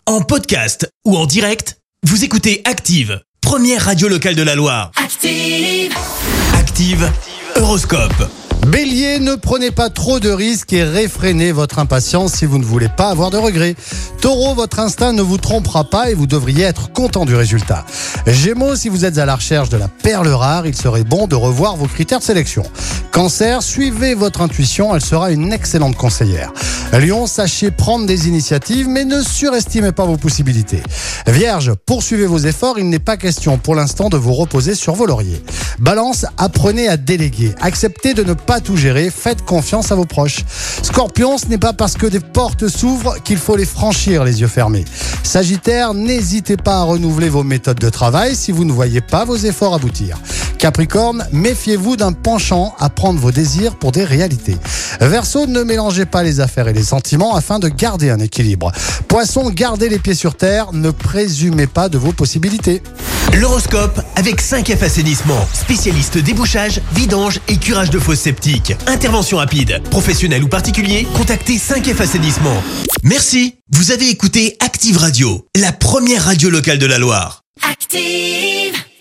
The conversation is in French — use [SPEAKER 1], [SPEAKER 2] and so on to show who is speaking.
[SPEAKER 1] En podcast ou en direct, vous écoutez Active, première radio locale de la Loire.
[SPEAKER 2] Active,
[SPEAKER 1] Active Horoscope.
[SPEAKER 3] Bélier, ne prenez pas trop de risques et réfrénez votre impatience si vous ne voulez pas avoir de regrets. Taureau, votre instinct ne vous trompera pas et vous devriez être content du résultat. Gémeaux, si vous êtes à la recherche de la perle rare, il serait bon de revoir vos critères de sélection. Cancer, suivez votre intuition, elle sera une excellente conseillère. Lion, sachez prendre des initiatives mais ne surestimez pas vos possibilités. Vierge, poursuivez vos efforts, il n'est pas question pour l'instant de vous reposer sur vos lauriers. Balance, apprenez à déléguer, acceptez de ne pas tout gérer, faites confiance à vos proches. Scorpion, ce n'est pas parce que des portes s'ouvrent qu'il faut les franchir les yeux fermés. Sagittaire, n'hésitez pas à renouveler vos méthodes de travail si vous ne voyez pas vos efforts aboutir. Capricorne, méfiez-vous d'un penchant à prendre vos désirs pour des réalités. Verseau, ne mélangez pas les affaires et les sentiments afin de garder un équilibre. Poisson, gardez les pieds sur terre, ne présumez pas de vos possibilités.
[SPEAKER 1] L'horoscope avec 5F Assainissement, spécialiste débouchage, vidange et curage de fosses septiques. Intervention rapide, professionnel ou particulier, contactez 5F Assainissement. Merci, vous avez écouté Active Radio, la première radio locale de la Loire.
[SPEAKER 2] active.